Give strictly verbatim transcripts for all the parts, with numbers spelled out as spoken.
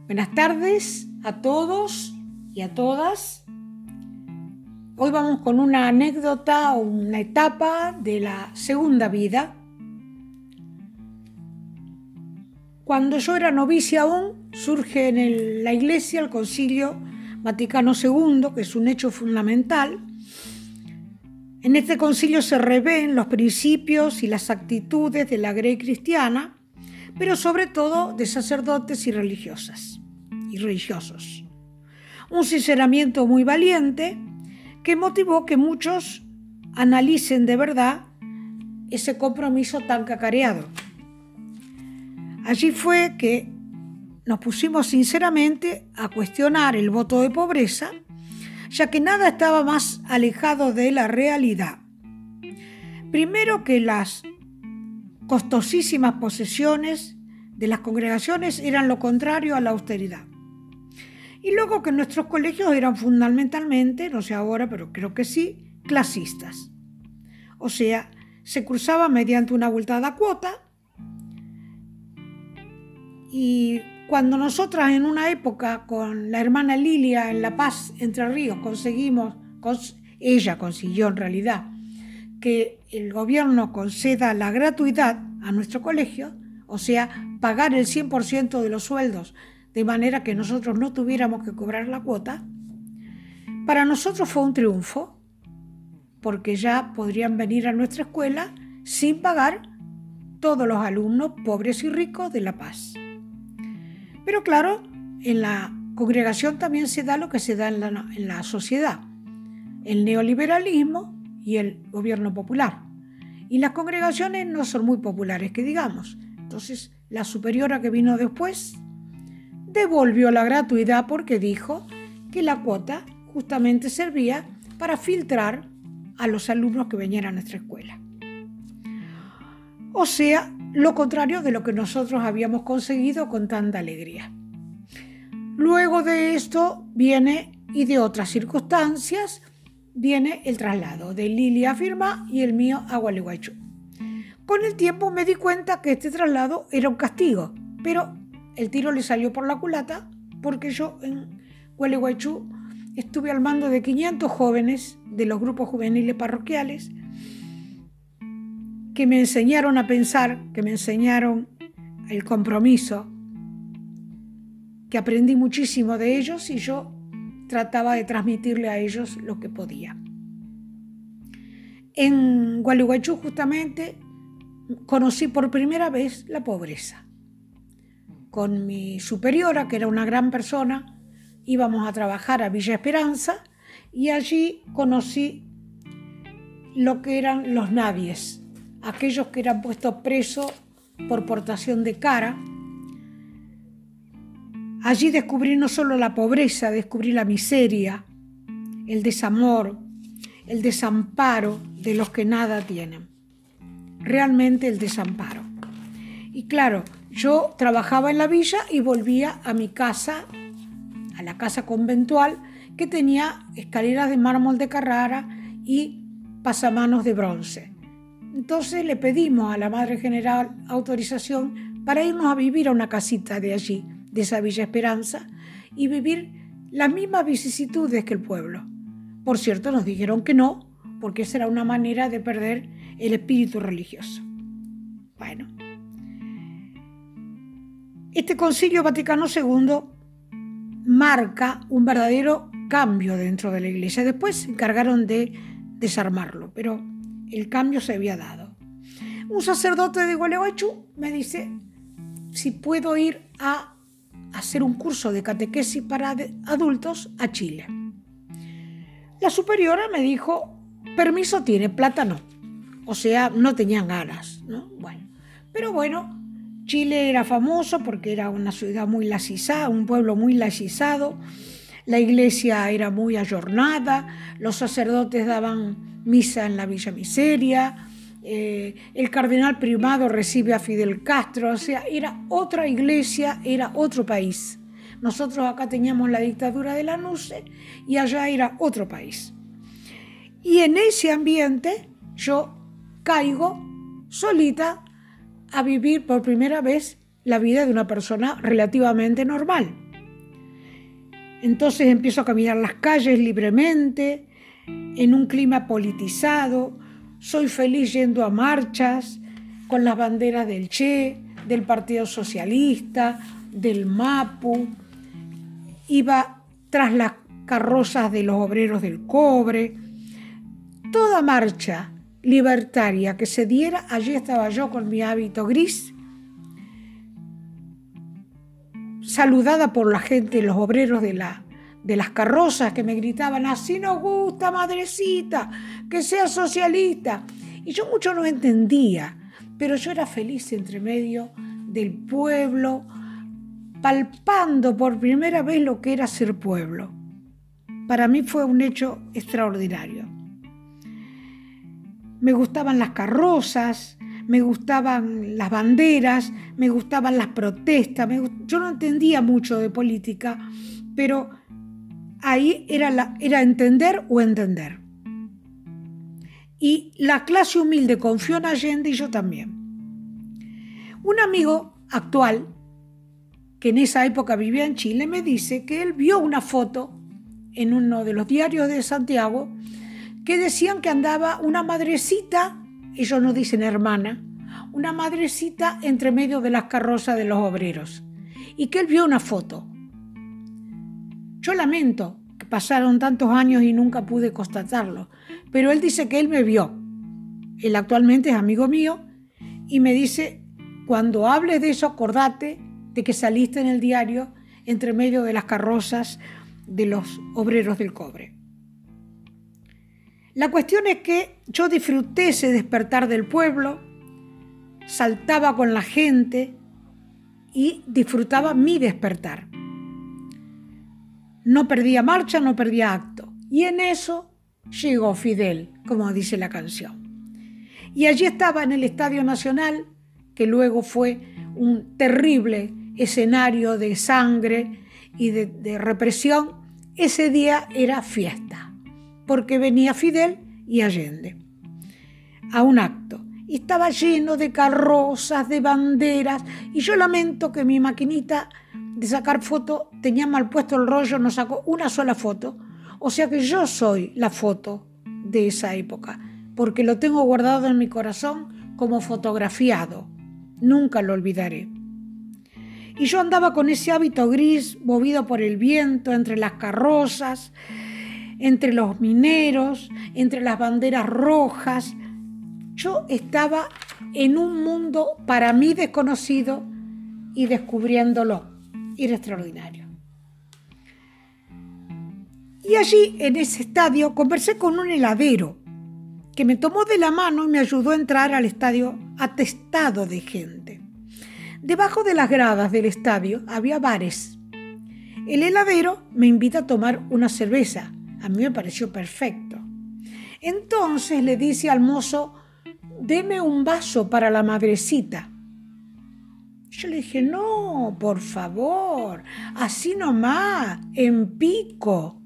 Buenas tardes a todos y a todas. Hoy vamos con una anécdota o una etapa de la segunda vida. Cuando yo era novicia aún, surge en el, la Iglesia el Concilio Vaticano segundo, que es un hecho fundamental. En este concilio se revén los principios y las actitudes de la grey cristiana, pero sobre todo de sacerdotes y religiosas y religiosos. Un sinceramiento muy valiente que motivó que muchos analicen de verdad ese compromiso tan cacareado. Allí fue que nos pusimos sinceramente a cuestionar el voto de pobreza, ya que nada estaba más alejado de la realidad. Primero, que las costosísimas posesiones de las congregaciones eran lo contrario a la austeridad. Y luego que nuestros colegios eran fundamentalmente, no sé ahora, pero creo que sí, clasistas. O sea, se cruzaba mediante una abultada cuota. Y cuando nosotras en una época con la hermana Lilia en La Paz, Entre Ríos, conseguimos, cons- ella consiguió en realidad, que el gobierno conceda la gratuidad a nuestro colegio, o sea, pagar el cien por ciento de los sueldos de manera que nosotros no tuviéramos que cobrar la cuota, para nosotros fue un triunfo, porque ya podrían venir a nuestra escuela sin pagar todos los alumnos pobres y ricos de La Paz. Pero claro, en la congregación también se da lo que se da en la, en la sociedad, el neoliberalismo y el gobierno popular. Y las congregaciones no son muy populares, que digamos. Entonces, la superiora que vino después devolvió la gratuidad porque dijo que la cuota justamente servía para filtrar a los alumnos que venían a nuestra escuela. O sea, lo contrario de lo que nosotros habíamos conseguido con tanta alegría. Luego de esto viene, y de otras circunstancias, viene el traslado de Lilia a Firma y el mío a Gualeguaychú. Con el tiempo me di cuenta que este traslado era un castigo, pero el tiro le salió por la culata porque yo en Gualeguaychú estuve al mando de quinientos jóvenes de los grupos juveniles parroquiales que me enseñaron a pensar, que me enseñaron el compromiso, que aprendí muchísimo de ellos y yo trataba de transmitirle a ellos lo que podía. En Gualeguaychú justamente conocí por primera vez la pobreza. Con mi superiora, que era una gran persona, íbamos a trabajar a Villa Esperanza y allí conocí lo que eran los nadies, aquellos que eran puestos presos por portación de cara. Allí descubrí no solo la pobreza, descubrí la miseria, el desamor, el desamparo de los que nada tienen. Realmente el desamparo. Y claro, yo trabajaba en la villa y volvía a mi casa, a la casa conventual, que tenía escaleras de mármol de Carrara y pasamanos de bronce. Entonces le pedimos a la Madre General autorización para irnos a vivir a una casita de allí, de esa Villa Esperanza, y vivir las mismas vicisitudes que el pueblo. Por cierto, nos dijeron que no, porque esa era una manera de perder el espíritu religioso. Bueno, este Concilio Vaticano segundo marca un verdadero cambio dentro de la Iglesia. Después se encargaron de desarmarlo, pero el cambio se había dado. Un sacerdote de Gualeguaychú me dice si puedo ir a hacer un curso de catequesis para adultos a Chile. La superiora me dijo, permiso tiene, plata no. O sea, no tenían ganas, ¿no? Bueno, pero bueno, Chile era famoso porque era una ciudad muy laicizada, un pueblo muy laicizado. La iglesia era muy ayornada, los sacerdotes daban misa en la Villa Miseria, eh, el cardenal primado recibe a Fidel Castro, o sea, era otra iglesia, era otro país. Nosotros acá teníamos la dictadura de la NUCE y allá era otro país. Y en ese ambiente yo caigo solita a vivir por primera vez la vida de una persona relativamente normal. Entonces empiezo a caminar las calles libremente, en un clima politizado. Soy feliz yendo a marchas con las banderas del Che, del Partido Socialista, del MAPU. Iba tras las carrozas de los obreros del cobre. Toda marcha libertaria que se diera, allí estaba yo con mi hábito gris, saludada por la gente, los obreros de, la, de las carrozas que me gritaban: así nos gusta, madrecita, que sea socialista. Y yo mucho no entendía, pero yo era feliz entre medio del pueblo, palpando por primera vez lo que era ser pueblo. Para mí fue un hecho extraordinario. Me gustaban las carrozas, me gustaban las banderas, me gustaban las protestas. Me gust... Yo no entendía mucho de política, pero ahí era, la... era entender o entender. Y la clase humilde confió en Allende y yo también. Un amigo actual, que en esa época vivía en Chile, me dice que él vio una foto en uno de los diarios de Santiago que decían que andaba una madrecita, ellos no dicen hermana, una madrecita entre medio de las carrozas de los obreros, y que él vio una foto. Yo lamento que pasaron tantos años y nunca pude constatarlo, pero él dice que él me vio. Él actualmente es amigo mío y me dice: cuando hables de eso, acordate de que saliste en el diario entre medio de las carrozas de los obreros del cobre. La cuestión es que yo disfruté ese despertar del pueblo, saltaba con la gente y disfrutaba mi despertar. No perdía marcha, no perdía acto. Y en eso llegó Fidel, como dice la canción. Y allí estaba en el Estadio Nacional, que luego fue un terrible escenario de sangre y de, de represión. Ese día era fiesta, porque venía Fidel y Allende a un acto. Y estaba lleno de carrozas, de banderas, y yo lamento que mi maquinita de sacar fotos tenía mal puesto el rollo, no sacó una sola foto. O sea que yo soy la foto de esa época, porque lo tengo guardado en mi corazón como fotografiado. Nunca lo olvidaré. Y yo andaba con ese hábito gris, movido por el viento, entre las carrozas, entre los mineros, entre las banderas rojas. Yo estaba en un mundo para mí desconocido y descubriéndolo. Era extraordinario. Y allí, en ese estadio, conversé con un heladero que me tomó de la mano y me ayudó a entrar al estadio atestado de gente. Debajo de las gradas del estadio había bares. El heladero me invita a tomar una cerveza. A mí me pareció perfecto. Entonces le dice al mozo: deme un vaso para la madrecita. Yo le dije: no, por favor, así nomás, en pico.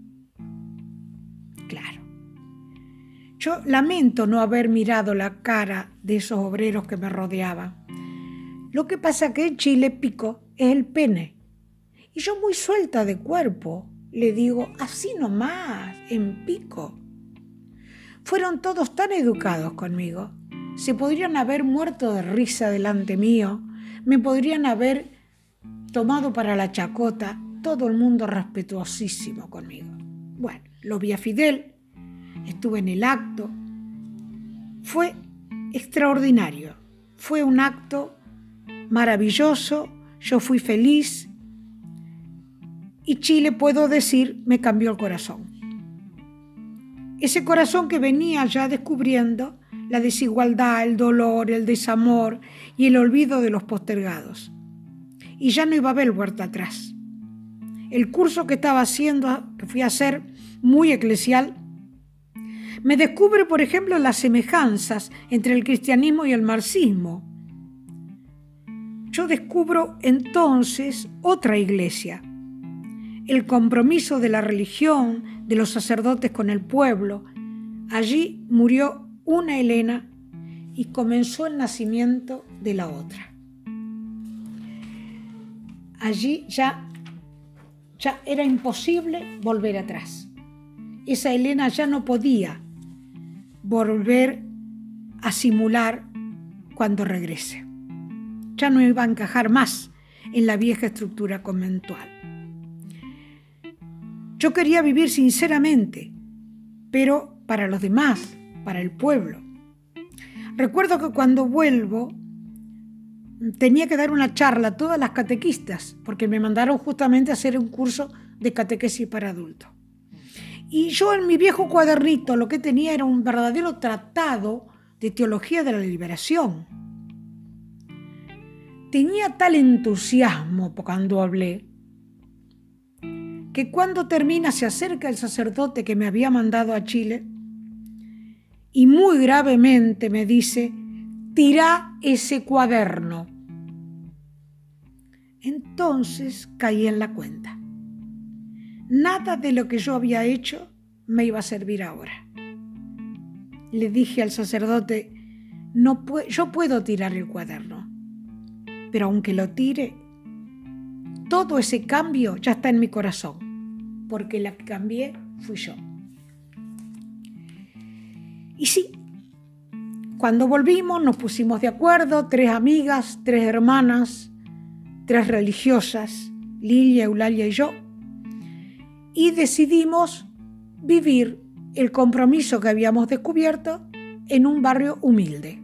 Claro. Yo lamento no haber mirado la cara de esos obreros que me rodeaban. Lo que pasa que en Chile pico es el pene. Y yo, muy suelta de cuerpo, le digo: así nomás, en pico. Fueron todos tan educados conmigo. Se podrían haber muerto de risa delante mío. Me podrían haber tomado para la chacota. Todo el mundo respetuosísimo conmigo. Bueno, lo vi a Fidel. Estuve en el acto. Fue extraordinario. Fue un acto maravilloso. Yo fui feliz. Y Chile, puedo decir, me cambió el corazón. Ese corazón que venía ya descubriendo la desigualdad, el dolor, el desamor y el olvido de los postergados. Y ya no iba a haber vuelta atrás. El curso que estaba haciendo, que fui a hacer, muy eclesial, me descubre, por ejemplo, las semejanzas entre el cristianismo y el marxismo. Yo descubro entonces otra iglesia. El compromiso de la religión, de los sacerdotes con el pueblo. Allí murió una Elena y comenzó el nacimiento de la otra. Allí ya Ya era imposible volver atrás. Esa Elena ya no podía volver a simular cuando regrese. Ya no iba a encajar más en la vieja estructura conventual. Yo quería vivir sinceramente, pero para los demás, para el pueblo. Recuerdo que cuando vuelvo tenía que dar una charla a todas las catequistas, porque me mandaron justamente a hacer un curso de catequesis para adultos. Y yo en mi viejo cuadernito lo que tenía era un verdadero tratado de teología de la liberación. Tenía tal entusiasmo cuando hablé, que cuando termina se acerca el sacerdote que me había mandado a Chile y muy gravemente me dice: «Tirá ese cuaderno». Entonces caí en la cuenta. Nada de lo que yo había hecho me iba a servir ahora. Le dije al sacerdote: no pu- yo puedo tirar el cuaderno, pero aunque lo tire, todo ese cambio ya está en mi corazón, porque la que cambié fui yo. Y sí, cuando volvimos nos pusimos de acuerdo, tres amigas, tres hermanas, tres religiosas, Lilia, Eulalia y yo, y decidimos vivir el compromiso que habíamos descubierto en un barrio humilde.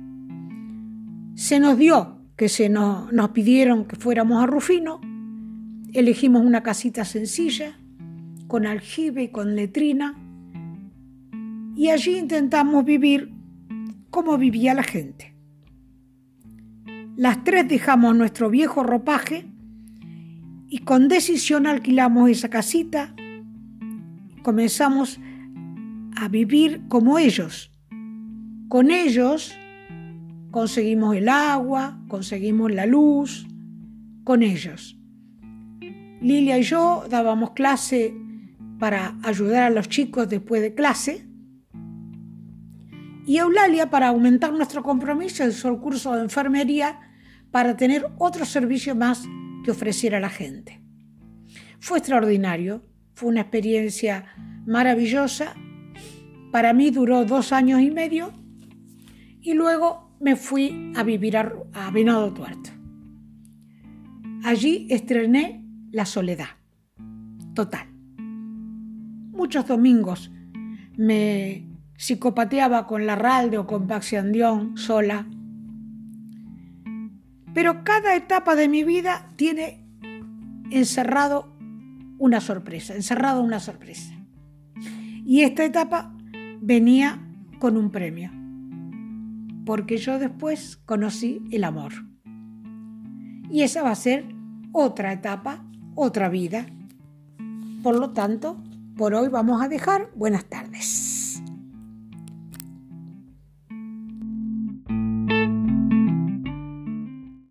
Se nos dio que se nos, nos pidieron que fuéramos a Rufino, elegimos una casita sencilla, con aljibe y con letrina, y allí intentamos vivir como vivía la gente. Las tres dejamos nuestro viejo ropaje y con decisión alquilamos esa casita. Comenzamos a vivir como ellos. Con ellos conseguimos el agua, conseguimos la luz, con ellos. Lilia y yo dábamos clase para ayudar a los chicos después de clase, y Eulalia, para aumentar nuestro compromiso, hizo el curso de enfermería para tener otro servicio más que ofreciera a la gente. Fue extraordinario, fue una experiencia maravillosa. Para mí duró dos años y medio y luego me fui a vivir a, a Venado Tuerto. Allí estrené la soledad total. Muchos domingos me psicopateaba con Larralde o con Baxandión sola. Pero cada etapa de mi vida tiene encerrado una sorpresa, encerrado una sorpresa. Y esta etapa venía con un premio, porque yo después conocí el amor. Y esa va a ser otra etapa, otra vida. Por lo tanto, por hoy vamos a dejar buenas tardes.